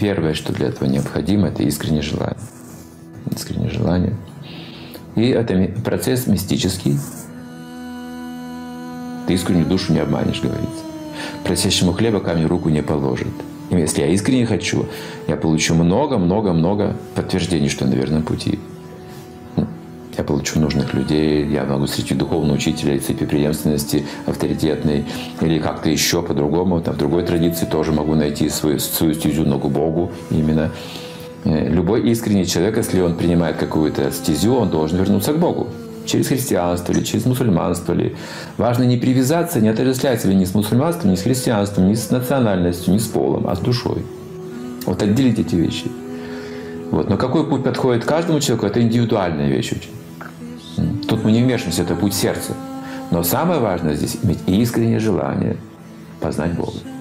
Первое, что для этого необходимо, это искреннее желание. Искреннее желание. И это процесс мистический. Ты искреннюю душу не обманешь, говорится. Просящему хлеба камень в руку не положит. И если я искренне хочу, я получу много подтверждений, что я на верном пути. Я получу нужных людей, я могу встретить духовного учителя, цепи преемственности авторитетной, или как-то еще по-другому, там, в другой традиции тоже могу найти свою стезю, ногу Богу именно. Любой искренний человек, если он принимает какую-то стезю, он должен вернуться к Богу. Через христианство или через мусульманство. Важно не привязаться, не отождествлять себя ни с мусульманством, ни с христианством, ни с национальностью, ни с полом, а с душой. Вот отделить эти вещи. Вот. Но какой путь подходит каждому человеку, это индивидуальная вещь очень. Тут мы не вмешиваемся, это путь сердца. Но самое важное здесь – иметь искреннее желание познать Бога.